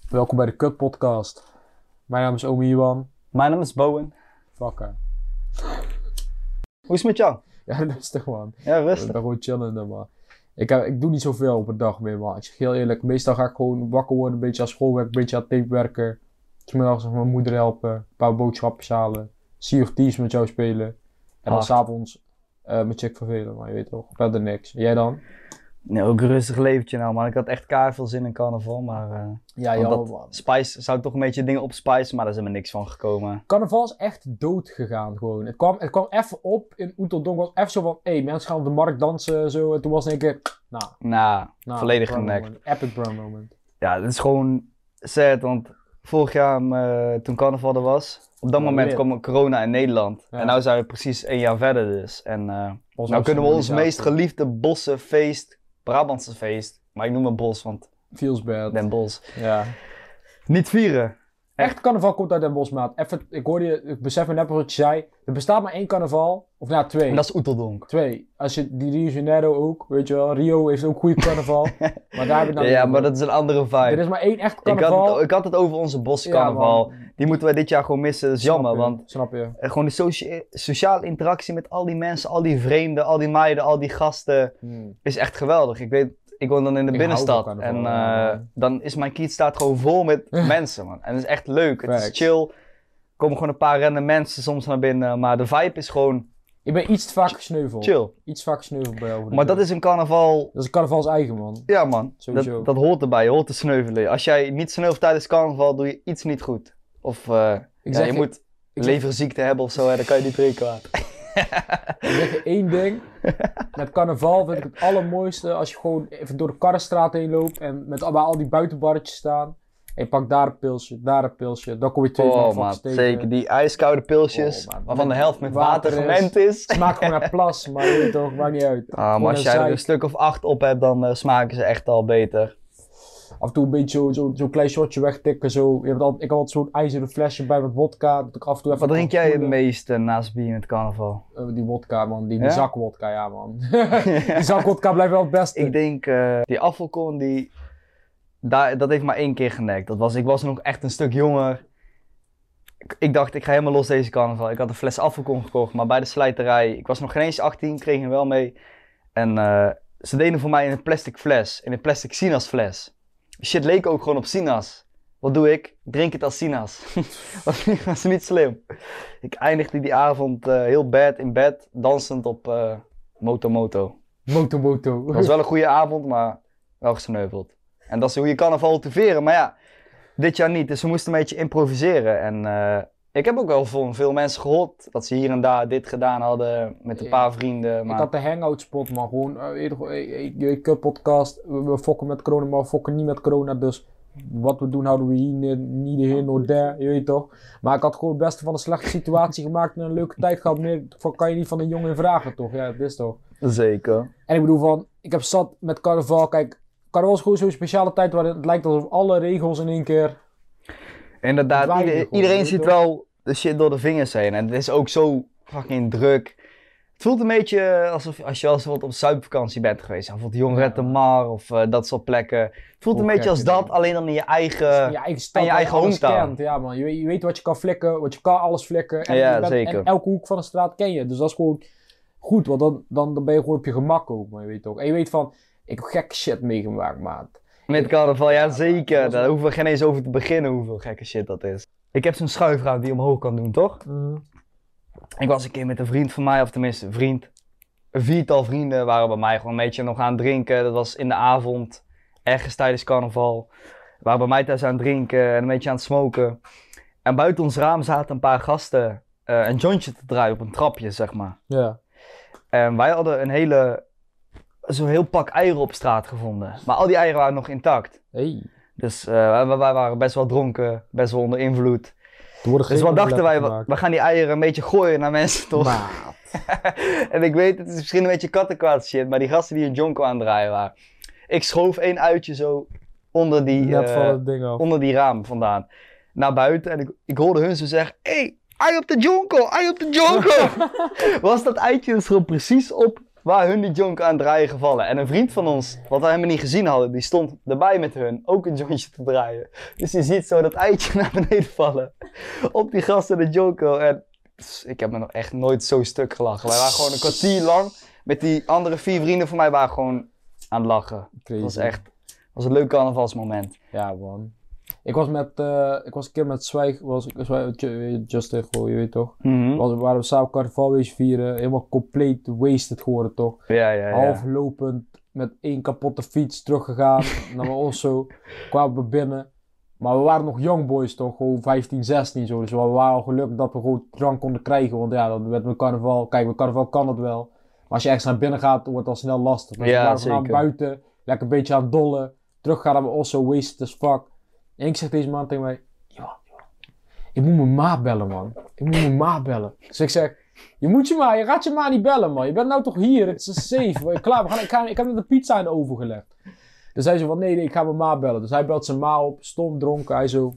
Welkom bij de Kut Podcast. Mijn naam is Omi Iwan. Mijn naam is Bowen. Fucker. Hoe is het met jou? Ja, rustig man. Ja, Ik rustig. ben gewoon chillen, man. Ik doe niet zoveel op een dag meer, man. Ik zeg heel eerlijk, meestal ga ik gewoon wakker worden, een beetje aan schoolwerk, een beetje aan tape werken. Smiddags nog mijn moeder helpen, een paar boodschappen halen. Sea of Thieves met jou spelen. En dan Hard. s'avonds met chick vervelen, maar je weet toch, verder niks. En jij dan? Nee, ook een rustig leventje nou, man. Ik had echt veel zin in carnaval, maar... Ja, want jammer, dat man. Spice zou toch een beetje dingen opspicen, maar daar is helemaal niks van gekomen. Carnaval is echt dood gegaan gewoon. Het kwam even op in Oeteldonk, was even zo van, mensen gaan op de markt dansen zo. En toen was het in één keer, Nou, volledig brown genekt. moment. Epic brown moment. Ja, het is gewoon sad, want vorig jaar toen carnaval er was, op dat Ja, moment lit. kwam corona in Nederland. Ja. En nu zijn we precies 1 jaar verder dus. En nou kunnen we ons meest geliefde Bossenfeest, Brabantse feest, maar ik noem het Bos, want Feels bad. Den Bosch, Ja. niet vieren. Echt carnaval komt uit Den Bosch, maat. Even, ik besef me net wat je zei. Er bestaat maar 1 carnaval. Of nou, 2. En dat is Oeteldonk. 2. Als je die Rio de Janeiro ook, weet je wel. Rio heeft ook goede carnaval. Maar daar hebben we Ja, maar dat is een andere vibe. Er is maar 1 echt carnaval. Ik had het over onze boscarnaval. Ja, Die moeten wij dit jaar gewoon missen. Dat is jammer, want Snap je? gewoon die sociale interactie met al die mensen, al die vreemden, al die meiden, al die gasten, is echt geweldig. Ik woon dan in de Ik binnenstad hou van en carnaval, dan is mijn kietstaat gewoon vol met mensen, man. En het is echt leuk, het is Facts. chill. Er komen gewoon een paar random mensen soms naar binnen, maar de vibe is gewoon Ik ben iets te vaak gesneuveld. chill. Iets vaak gesneuveld bij jou. Maar dat is een carnaval, Dat is een carnavals eigen, man. ja man, Sowieso. dat hoort erbij, je hoort te sneuvelen. Als jij niet sneuvelt tijdens carnaval, doe je iets niet goed. Of zeg je je- moet ik zeg- leverziekte hebben of zo, hè, dan kan je niet drinken water. Ik zeg je 1 ding. Met carnaval vind ik het allermooiste als je gewoon even door de Karrenstraat heen loopt en met waar al die buitenbarretjes staan. En je pakt daar een pilsje, dan kom je 2 Oh van man, tegen. zeker. Die ijskoude pilsjes, Oh, man. waarvan de helft met Water water is. gemengd is. Het smaakt gewoon naar plas, maar je weet toch, maakt niet uit. Maar als jij er een stuk of 8 op hebt, dan smaken ze echt al beter. Af en toe een beetje zo'n klein shotje wegtikken, zo. Ik heb altijd zo'n ijzeren flesje bij met wodka, dat ik af en toe even Wat drink kan jij het spoelen. meest naast bier in het carnaval? Die wodka, man. Die Ja? zakwodka, ja, man. Die zakwodka blijft wel het beste. Ik denk, die afvalkorn, dat heeft maar 1 keer genekt. Ik was nog echt een stuk jonger. Ik dacht, ik ga helemaal los deze carnaval. Ik had een fles afvalkorn gekocht, maar bij de slijterij, ik was nog geen eens 18, kreeg hem wel mee. En ze deden voor mij in een plastic fles, in een plastic sinasfles. Shit leek ook gewoon op sinaas. Wat doe ik? Drink het als sinaas. was niet slim. Ik eindigde die avond heel bad in bed, dansend op Moto Moto. Moto. Het was wel een goede avond, maar wel gesneuveld. En dat is hoe je carnaval te veren. Maar ja, dit jaar niet. Dus we moesten een beetje improviseren. En ik heb ook wel van veel mensen gehoord dat ze hier en daar dit gedaan hadden met een paar vrienden. Maar Ik had de hangout spot, maar gewoon, je podcast, we fokken met corona, maar we fokken niet met corona, dus wat we doen houden we hier niet hier, nor daar, je weet toch. Maar ik had gewoon het beste van een slechte situatie gemaakt en een leuke tijd gehad, meneer, kan je niet van een jongen vragen toch, ja, dat is toch. zeker. En ik bedoel van, ik heb zat met carnaval, kijk, carnaval is gewoon zo'n speciale tijd waar het lijkt alsof alle regels in één keer... Inderdaad, Verdwijnen gewoon, iedereen weet ziet je wel de shit door de vingers heen. En het is ook zo fucking druk. Het voelt een beetje alsof als je wel eens op zuipvakantie bent geweest. Bijvoorbeeld Jongret de Mar of dat soort plekken. Het voelt een Hoe beetje gek als is dat, dat? alleen dan in je eigen... Je eigen stad, en je waar eigen alles hometown. kent. Ja man, je weet wat je kan flikken, wat je kan alles flikken. En, Ja, je bent- zeker. en elke hoek van de straat ken je. Dus dat is gewoon goed, want dan ben je gewoon op je gemak ook, maar je weet toch. En je weet van, ik heb gekke shit meegemaakt, maat. Met carnaval, ja zeker. dat was- Daar hoeven we geen eens over te beginnen hoeveel gekke shit dat is. Ik heb zo'n schuifraam die omhoog kan doen, toch? Ik was een keer met een vriend van mij, of tenminste een vriend. Een 4-tal vrienden waren bij mij gewoon een beetje nog aan het drinken. Dat was in de avond, ergens tijdens carnaval. We waren bij mij thuis aan het drinken en een beetje aan het smoken. En buiten ons raam zaten een paar gasten een jointje te draaien op een trapje, zeg maar. Ja. En wij hadden zo'n heel pak eieren op straat gevonden. Maar al die eieren waren nog intact. Hey. Dus wij waren best wel dronken, best wel onder invloed. Dus wat dachten wij, we gaan die eieren een beetje gooien naar mensen, toch? Maat. En ik weet, het is misschien een beetje kattenkwaad shit, maar die gasten die een jonko aan het draaien waren. Ik schoof 1 uitje zo onder Net van het ding af. onder die raam vandaan naar buiten. En ik hoorde hun zo zeggen, hey, ei op de jonko, ei op de jonko. Was dat eitje dus gewoon precies op waar hun die jonk aan het draaien gevallen. En een vriend van ons, wat we helemaal niet gezien hadden, die stond erbij met hun ook een jointje te draaien. Dus je ziet zo dat eitje naar beneden vallen. Op die gasten de jonko. En ik heb me nog echt nooit zo stuk gelachen. Wij waren gewoon een kwartier lang met die andere 4 vrienden van mij waren gewoon aan het lachen. Crazy. Dat was een leuk carnavalsmoment. Ja, man. Ik was een keer met Zwijg, Justin, gewoon, je weet toch? Waren we samen carnavalweesje vieren, helemaal compleet wasted geworden, toch? Ja. Half lopend, met 1 kapotte fiets teruggegaan naar Osso, kwamen we binnen. Maar we waren nog young boys, toch? Gewoon 15, 16 zo. Dus we waren al gelukkig dat we gewoon drank konden krijgen. Want ja, dat werd met carnaval. Kijk, met carnaval kan het wel. Maar als je ergens naar binnen gaat, wordt het al snel lastig. Dus we waren vanavond buiten, lekker een beetje aan het dollen. Teruggaan naar Osso, wasted as fuck. En ik zeg deze man tegen mij, ja, ik moet mijn ma bellen, man. Ik moet mijn ma bellen. Dus ik zeg, je gaat je ma niet bellen, man. Je bent nou toch hier, het is safe. Klaar, ik heb net de pizza in de oven gelegd. Dus hij zo van, nee, ik ga mijn ma bellen. Dus hij belt zijn ma op, stom dronken. Hij zo,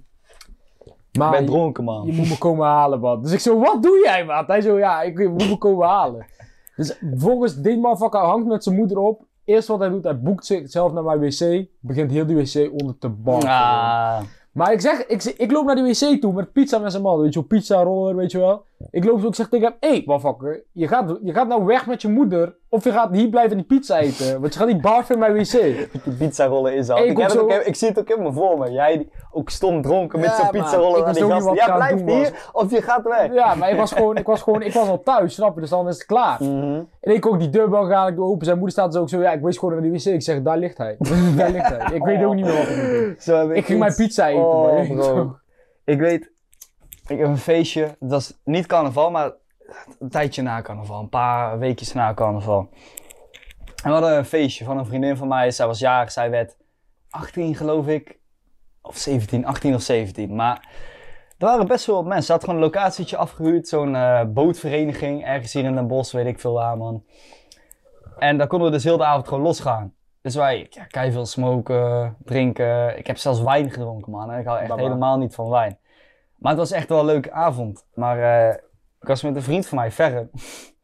ma, ik ben dronken, man. Je moet me komen halen, man. Dus ik zo, wat doe jij, man? Hij zo, ja, ik moet me komen halen. Dus volgens dit motherfucker hangt met zijn moeder op. Eerst wat hij doet, hij boekt zichzelf naar mijn wc. Begint heel die wc onder te barren. Maar ik loop naar die wc toe met pizza met zijn man. Weet je wel, pizza roller, weet je wel. Ik loop zo, ik zeg tegen hem, hé, motherfucker, je gaat nou weg met je moeder. Of je gaat hier blijven die pizza eten. Want je gaat niet barfen in mijn wc. Die pizza rollen is al. Ik zie het ook helemaal voor me. Jij die ook stom dronken met zo'n pizza rollen naar die gasten. Ja, blijf hier of je gaat weg. Ja, maar ik was al thuis, snap je? Dus dan is het klaar. En ik ook die deurbel ga ik open. Zijn moeder staat dus ook zo, ja, ik wees gewoon naar die wc. Ik zeg, daar ligt hij. Daar ligt hij. Ik weet ook niet meer wat ik moet doen. Ik ging mijn pizza eten. Bro. Ik weet, ik heb een feestje. Het was niet carnaval, maar een tijdje na carnaval. Een paar weekjes na carnaval. En we hadden een feestje van een vriendin van mij. Zij was jarig, zij werd 18 geloof ik. Of 17, 18 of 17. Maar er waren best wel wat mensen. Ze had gewoon een locatietje afgehuurd. Zo'n bootvereniging. Ergens hier in Den Bosch, weet ik veel waar, man. En daar konden we dus heel de avond gewoon losgaan. Dus wij, keiveel smoken, drinken. Ik heb zelfs wijn gedronken, man. En ik hou echt helemaal niet van wijn. Maar het was echt wel een leuke avond. Maar ik was met een vriend van mij, Ferren.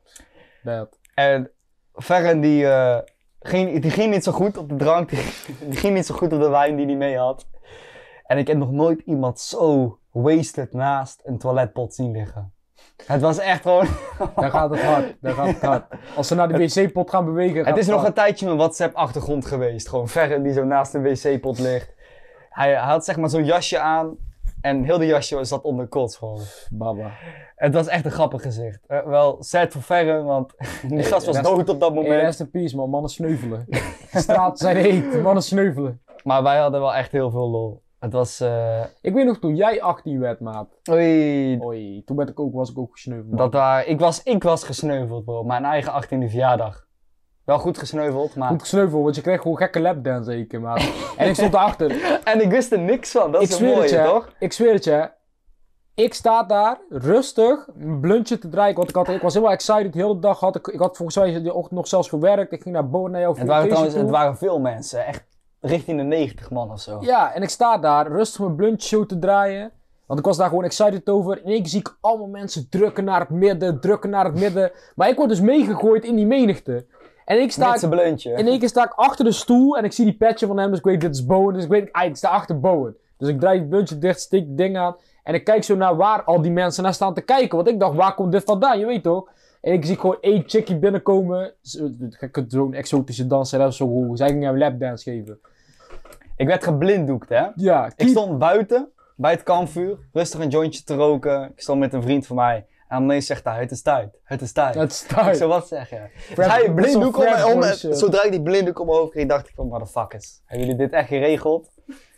En Ferren die ging niet zo goed op de drank. Die ging niet zo goed op de wijn die hij mee had. En ik heb nog nooit iemand zo wasted naast een toiletpot zien liggen. Het was echt gewoon... Daar gaat het hard. Als ze naar de wc-pot gaan bewegen... Het is nog een tijdje mijn WhatsApp-achtergrond geweest. Gewoon Ferren die zo naast een wc-pot ligt. Hij had zeg maar zo'n jasje aan. En heel de jasje zat onder kots gewoon. Baba. Het was echt een grappig gezicht. Wel sad voor Ferren, want die gast was dood op dat moment. Rest in peace, man. Mannen sneuvelen. De straten zijn heet. Mannen sneuvelen. Maar wij hadden wel echt heel veel lol. Het was... Ik weet nog toen jij 18 werd, maat. Oei. Toen was ik ook gesneuveld. Ik was gesneuveld, bro. Mijn eigen 18e verjaardag. Wel goed gesneuveld, maar... Goed gesneuveld, want je kreeg gewoon gekke lapdance zeker, maat. En ik stond erachter. En ik wist er niks van. Dat is een mooie, toch? Ik zweer het je. Ik sta daar, rustig, een bluntje te draaien. Want ik was helemaal excited. De hele dag ik had volgens mij die ochtend nog zelfs gewerkt. Ik ging naar boven naar jou. Het waren veel mensen. Echt richting de 90 man of zo. Ja, en ik sta daar, rustig mijn bluntje zo te draaien. Want ik was daar gewoon excited over. In één keer zie ik allemaal mensen drukken naar het midden. Maar ik word dus meegegooid in die menigte. En ik sta... Met zijn bluntje. In één keer sta ik achter de stoel en ik zie die petje van hem. Dus ik weet, dit is Bowen. Dus ik weet, ik sta achter Bowen. Dus ik draai het bluntje dicht, steek het ding aan. En ik kijk zo naar waar al die mensen naar staan te kijken. Want ik dacht, waar komt dit vandaan? Je weet toch? En ik zie gewoon 1 chickie binnenkomen. Zo'n exotische danser. Zo, zij ging hem lapdance geven. Ik werd geblinddoekt, hè? Ja. Ik stond buiten, bij het kampvuur. Rustig een jointje te roken. Ik stond met een vriend van mij. En ineens zegt hij, het is tijd. Ik zou wat zeggen. Dus hij blinddoek om mij om. Zodra ik die blinddoek om mijn hoofd kreeg, dacht ik van, motherfuckers. Hebben jullie dit echt geregeld?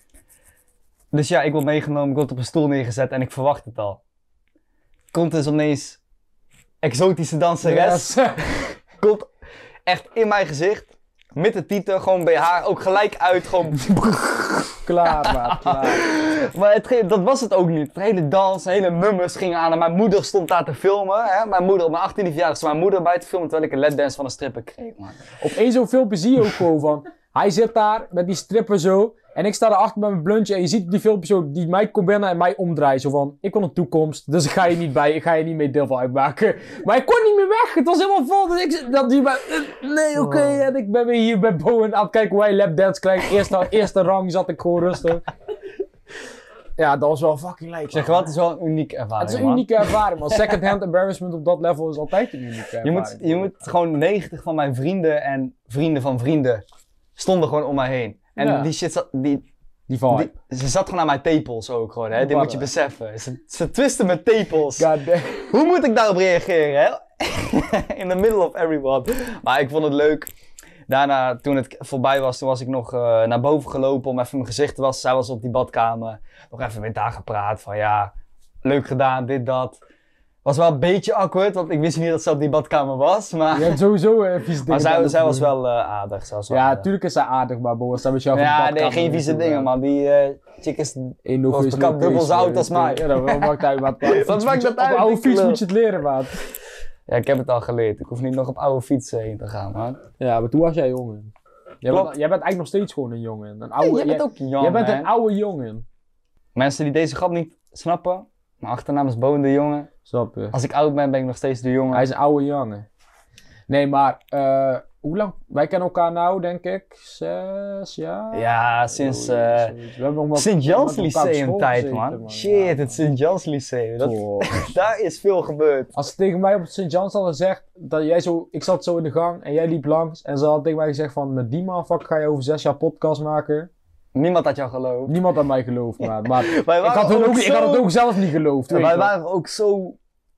Dus ja, ik word meegenomen, ik word op een stoel neergezet en ik verwacht het al. Komt dus ineens exotische danseres. Yes. Komt echt in mijn gezicht. Met de titel, gewoon bij haar ook gelijk uit. Gewoon... klaar, maat, klaar. Maar dat was het ook niet. Het hele dans, de hele nummers gingen aan. En mijn moeder stond daar te filmen. Hè? Mijn moeder, op mijn 18e verjaardag stond mijn moeder bij te filmen terwijl ik een lapdance van een stripper kreeg, man. Op één zo'n filmpje zie je ook gewoon van... Hij zit daar met die stripper zo. En ik sta erachter met mijn bluntje en je ziet op die filmpje zo, die meid komt binnen en mij omdraait. Zo van, ik wil een toekomst, dus ik ga je niet mee deel van uitmaken. Maar ik kon niet meer weg, het was helemaal vol. Dus oké. En ik ben weer hier bij Bowen aan het kijken hoe hij lapdance krijgt. Eerste rang zat ik gewoon rustig. Ja, dat was wel fucking lijp. Zeg wat, is wel een unieke ervaring. Het is een unieke ervaring, man. Second-hand embarrassment op dat level is altijd een unieke ervaring. Je moet gewoon 90 van mijn vrienden en vrienden van vrienden stonden gewoon om mij heen. En die shit zat, die vibe. Ze zat gewoon aan mijn tepels ook gewoon, hè. Dit moet je beseffen. Ze twisten mijn tepels. Hoe moet ik daarop reageren, hè? In the middle of everyone. Maar ik vond het leuk. Daarna, toen het voorbij was, toen was ik nog naar boven gelopen om even mijn gezicht te wassen. Zij was op die badkamer. Nog even met haar gepraat van ja, leuk gedaan, dit, dat. Was wel een beetje awkward, want ik wist niet dat ze op die badkamer was. Maar je hebt sowieso vieze dingen. Maar zij was wel aardig. Tuurlijk is zij aardig, maar Boas, dat was jou ja, nee, geen vieze dingen, man. Die chick is bekend dubbel zo oud als mij. Ja, dat maakt uit, maat. Wat maakt dat uit? Op oude fiets moet je het leren, maat. Ja, ik heb het al geleerd. Ik hoef niet nog op oude fietsen heen te gaan, man. Ja, maar toen was jij jongen. Jij bent eigenlijk nog steeds gewoon een jongen. Jij bent ook jong, jij bent een oude jongen. Mensen die deze grap niet snappen, mijn achternaam is Boon de Jonge. Snap je? Als ik oud ben, ben ik nog steeds de jongen. Hij is een oude jongen. Nee, maar hoe lang? Wij kennen elkaar nou, denk ik, 6 jaar? Ja, sinds Sint-Jans Lyceum tijd, man. Shit, het Sint-Jans Lyceum. Daar is veel gebeurd. Als ze tegen mij op het Sint-Jans hadden gezegd, dat jij zo, ik zat zo in de gang en jij liep langs. En ze hadden tegen mij gezegd van, met die motherfucker ga je over 6 jaar podcast maken. Niemand had jou geloofd. Niemand had mij geloofd, maar ik had het ook zelf niet geloofd. Wij waren ook zo...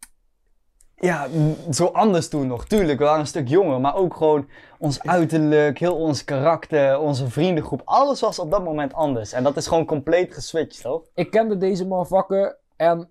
Ja, zo anders toen nog. Tuurlijk, we waren een stuk jonger, maar ook gewoon ons uiterlijk, heel ons karakter, onze vriendengroep. Alles was op dat moment anders. En dat is gewoon compleet geswitcht, toch? Ik kende deze motherfucker en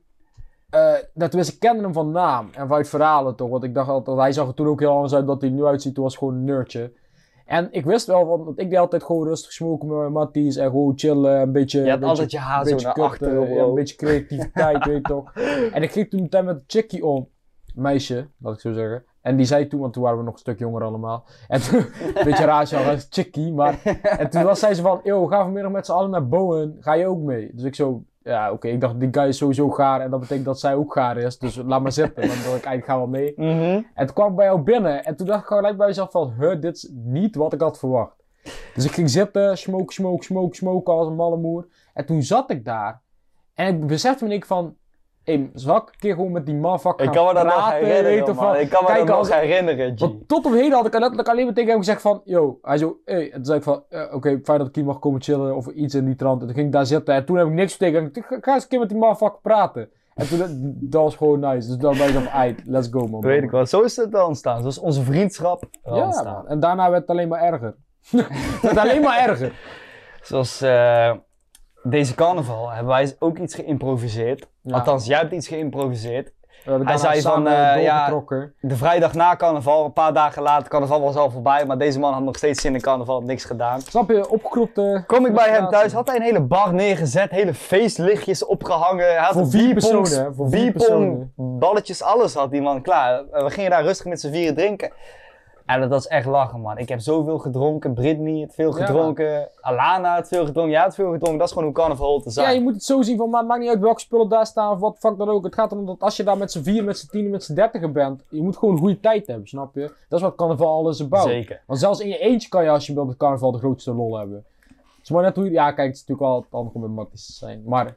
ik kende hem van naam en vanuit verhalen toch. Want ik dacht altijd, hij zag er toen ook heel anders uit dat hij er nu uitziet. Toen was gewoon een nerdje. En ik wist wel, want ik deed altijd gewoon rustig smoken met mijn matties en gewoon chillen, een beetje... Je had altijd je haar zo naar achteren. Ja, een beetje creativiteit, weet je toch. En ik ging toen meteen met een chickie om. Meisje, laat ik zo zeggen. En die zei toen, want toen waren we nog een stuk jonger allemaal. En toen, een beetje raar, als chickie, maar... En toen zei ze van, yo, ga vanmiddag met z'n allen naar Bowen, ga je ook mee? Dus ik zo, ja oké, ik dacht, die guy is sowieso gaar en dat betekent dat zij ook gaar is. Dus laat maar zitten, dan dacht ik, eigenlijk ga wel mee. En toen kwam ik bij jou binnen en toen dacht ik gelijk bij mezelf van, dit is niet wat ik had verwacht. Dus ik ging zitten, smoken als een malle moer. En toen zat ik daar en ik besefte me van... zal ik een keer gewoon met die motherfucker gaan praten? Ik kan me dat nog herinneren, man. Ik kan me dat nog herinneren, G. Want tot op heden had ik letterlijk alleen maar tegen hem gezegd van... Yo, hij zo, hey. En toen zei ik van, oké, fijn dat ik hier mag komen chillen of iets in die trant. En toen ging ik daar zitten en toen heb ik niks tegen. Ik ga eens een keer met die motherfucker praten. En toen, dat was gewoon nice. Dus dan ben ik van, let's go, man. Weet ik wel. Zo is het wel ontstaan. Zo is onze vriendschap ontstaan. Ja, man. En daarna werd het alleen maar erger. Het werd alleen maar erger. Zoals... Deze carnaval hebben wij ook iets geïmproviseerd. Ja. Althans, jij hebt iets geïmproviseerd. Hij zei van, de vrijdag na carnaval, een paar dagen later, carnaval was al voorbij, maar deze man had nog steeds zin in carnaval, niks gedaan. Snap je, opgekropte... Kom ik bij hem thuis, had hij een hele bar neergezet, hele feestlichtjes opgehangen. Hij had voor 4 personen, voor 4 personen. Balletjes, alles had die man klaar. We gingen daar rustig met z'n vieren drinken. En dat was echt lachen, man. Ik heb zoveel gedronken. Britney heeft veel gedronken. Ja, Alana heeft veel gedronken. Jij hebt veel gedronken. Dat is gewoon hoe carnaval te zijn. Ja, je moet het zo zien van, maar het maakt niet uit welke spullen daar staan of wat fuck dan ook. Het gaat erom dat als je daar met z'n 4, met z'n 10, met z'n 30 bent, je moet gewoon een goede tijd hebben, snap je? Dat is wat carnaval alles about. Zeker. Want zelfs in je eentje kan je als je wil met carnaval de grootste lol hebben. Dus maar net hoe, ja kijk, het is natuurlijk wel het andere om met matties te zijn. Maar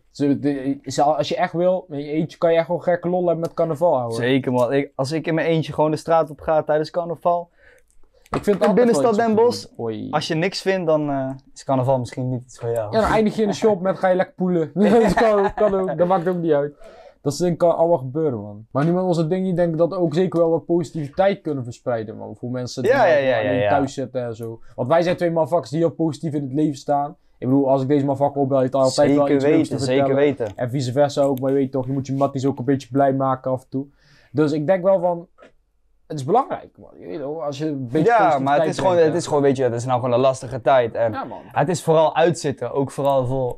als je echt wil, in je eentje kan je echt gewoon gekke lol hebben met carnaval houden. Zeker, man. Als ik in mijn eentje gewoon de straat op ga tijdens carnaval... Ik vind het binnenstad Den Bosch, als je niks vindt, dan is carnaval misschien niet iets voor jou. Ja, dan eindig je in de shop met ga je lekker poelen. Dat kan ook, dat maakt ook niet uit. Dat soort dingen kan allemaal gebeuren, man. Maar nu met onze dingen denk ik dat we ook zeker wel wat positiviteit kunnen verspreiden, man. Voor mensen die thuis zitten en zo. Want wij zijn 2 motherfuckers die heel positief in het leven staan. Ik bedoel, als ik deze motherfucker opbel, je altijd zeker wel iets weten, te zeker weten. En vice versa ook, maar je weet toch, je moet je matties ook een beetje blij maken af en toe. Dus ik denk wel van... Het is belangrijk, man. Je weet wel, als je een beetje maar het is gewoon, weet je, het is nou gewoon een lastige tijd. En het is vooral uitzitten, ook vooral voor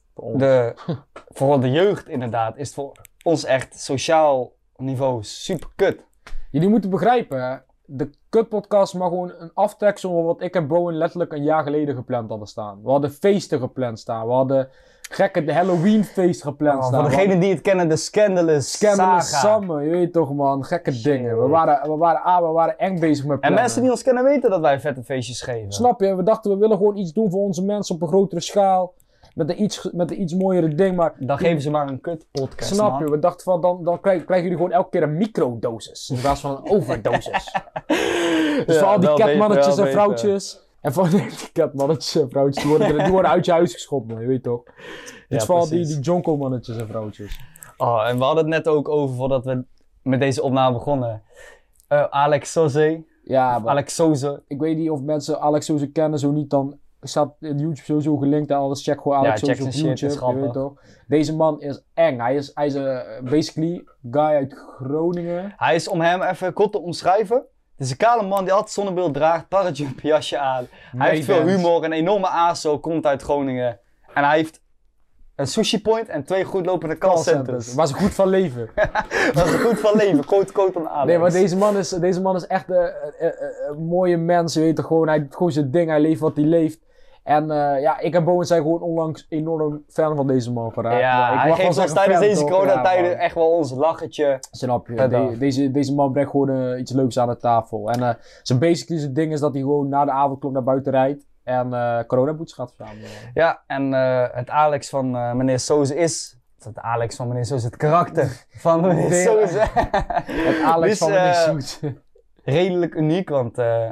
vooral de jeugd inderdaad, is het voor ons echt sociaal niveau super kut. Jullie moeten begrijpen, de kutpodcast maar gewoon een aftreksel van wat ik en Bowen letterlijk een jaar geleden gepland hadden staan. We hadden feesten gepland staan. We hadden de Halloween feest gepland staan. Voor degenen die het kennen, de Scandalous Saga. Summer, je weet toch man, gekke dingen. We waren eng bezig met plannen. En mensen die ons kennen weten dat wij vette feestjes geven. Snap je? We dachten we willen gewoon iets doen voor onze mensen op een grotere schaal. Met een iets mooiere ding, maar... Dan geven ze maar een kut podcast. Snap je? We dachten van, dan krijgen jullie gewoon elke keer een microdosis. In plaats van een overdosis. Dus voor al die catmannetjes en vrouwtjes... En voor die catmannetjes en vrouwtjes, die worden uit je huis geschopt, man, je weet toch? Dit is voor al die jonko-mannetjes en vrouwtjes. Oh, en we hadden het net ook over, voordat we met deze opname begonnen. Alex Soze. Ja, maar Alex Soze. ik weet niet of mensen Alex Soze kennen, zo niet, dan staat in YouTube sowieso gelinkt en alles. Check gewoon Alex Soze op YouTube, je weet toch? Deze man is eng. Hij is basically guy uit Groningen. Hij is, om hem even kort te omschrijven, het is een kale man die altijd zonnebril draagt, parajump jasje aan. Hij heeft veel humor, een enorme ASO, komt uit Groningen. En hij heeft een sushi point en 2 goedlopende callcenters. Was goed van leven. Was goed van leven, quote aan Alex. Nee, maar deze man is echt een mooie mens, je weet toch gewoon. Hij doet gewoon zijn ding, hij leeft wat hij leeft. En ik en Bowen zijn gewoon onlangs enorm fan van deze man geraakt. Ja, hij geeft ons tijdens deze coronatijden echt wel ons lachetje. Snap je? Deze man brengt gewoon iets leuks aan de tafel. En zijn ding is dat hij gewoon na de avondklok naar buiten rijdt. En coronaboetes gaat verzamelen. Ja, en het Alex van meneer Soze is... Het Alex van meneer Soze, het karakter van meneer Soze. Het Alex van meneer Soze. Redelijk uniek, want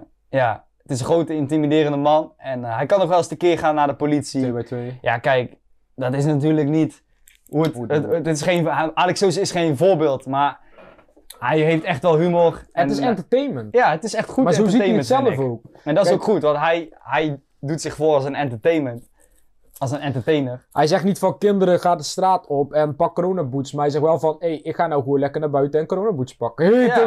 het is een grote intimiderende man. En hij kan nog wel eens tekeer gaan naar de politie. 2 bij 2. Ja, kijk, dat is natuurlijk niet... Het is geen, Alex Soze is geen voorbeeld, maar... Hij heeft echt wel humor. Het is entertainment. Ja, het is echt goed entertainment. Maar zo zie je het zelf ook. En dat is ook goed, want hij doet zich voor als een entertainment. Als een entertainer. Hij zegt niet van kinderen, ga de straat op en pak coronaboetes. Maar hij zegt wel van, ik ga nou gewoon lekker naar buiten en coronaboetes pakken. Ja.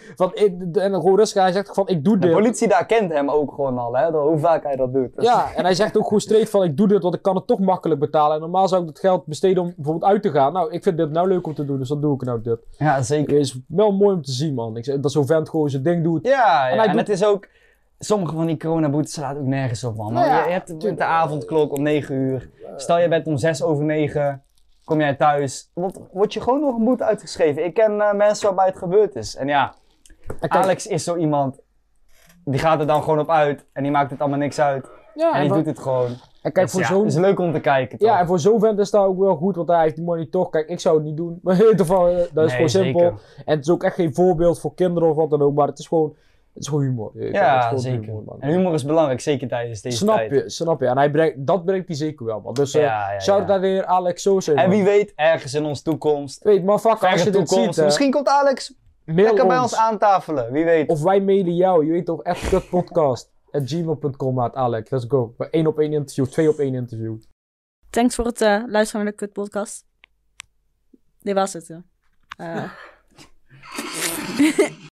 En gewoon rustig, hij zegt van, ik doe dit. De politie daar kent hem ook gewoon al, hè, hoe vaak hij dat doet. Ja, en hij zegt ook gewoon straight van, ik doe dit, want ik kan het toch makkelijk betalen. En normaal zou ik dat geld besteden om bijvoorbeeld uit te gaan. Nou, ik vind dit nou leuk om te doen, dus dan doe ik nou dit. Ja, zeker. Het is wel mooi om te zien, man. Dat zo'n vent gewoon zijn ding doet. Ja, en het is ook... Sommige van die coronaboetes slaat ook nergens op, man. Je hebt de avondklok om 9 uur. Stel je bent om 6:09, kom jij thuis. Word je gewoon nog een boete uitgeschreven. Ik ken mensen waarbij het gebeurd is. En ja, Alex is zo iemand. Die gaat er dan gewoon op uit. En die maakt het allemaal niks uit. Ja, en die doet het gewoon. En kijk, dus het is leuk om te kijken, toch? Ja, en voor zo'n vent is dat ook wel goed, want hij heeft die money toch. Kijk, ik zou het niet doen. Maar in ieder geval, dat is gewoon simpel. En het is ook echt geen voorbeeld voor kinderen of wat dan ook. Maar het is gewoon humor. Ja, zeker. Humor, en humor is belangrijk, zeker tijdens deze tijd. Snap je. En dat brengt hij zeker wel, man. Dus shout-out naar de heer Alex Soze. En wie weet, ergens in onze toekomst. Weet, maar fuck, als je dit ziet, misschien komt Alex lekker bij ons aantafelen, wie weet. Of wij mailen jou, je weet toch, echt kutpodcast@gmail.com, maat Alex. Let's go. 1-op-1 interview, 2-op-1 interview. Thanks voor het luisteren naar de kutpodcast. Dit was het.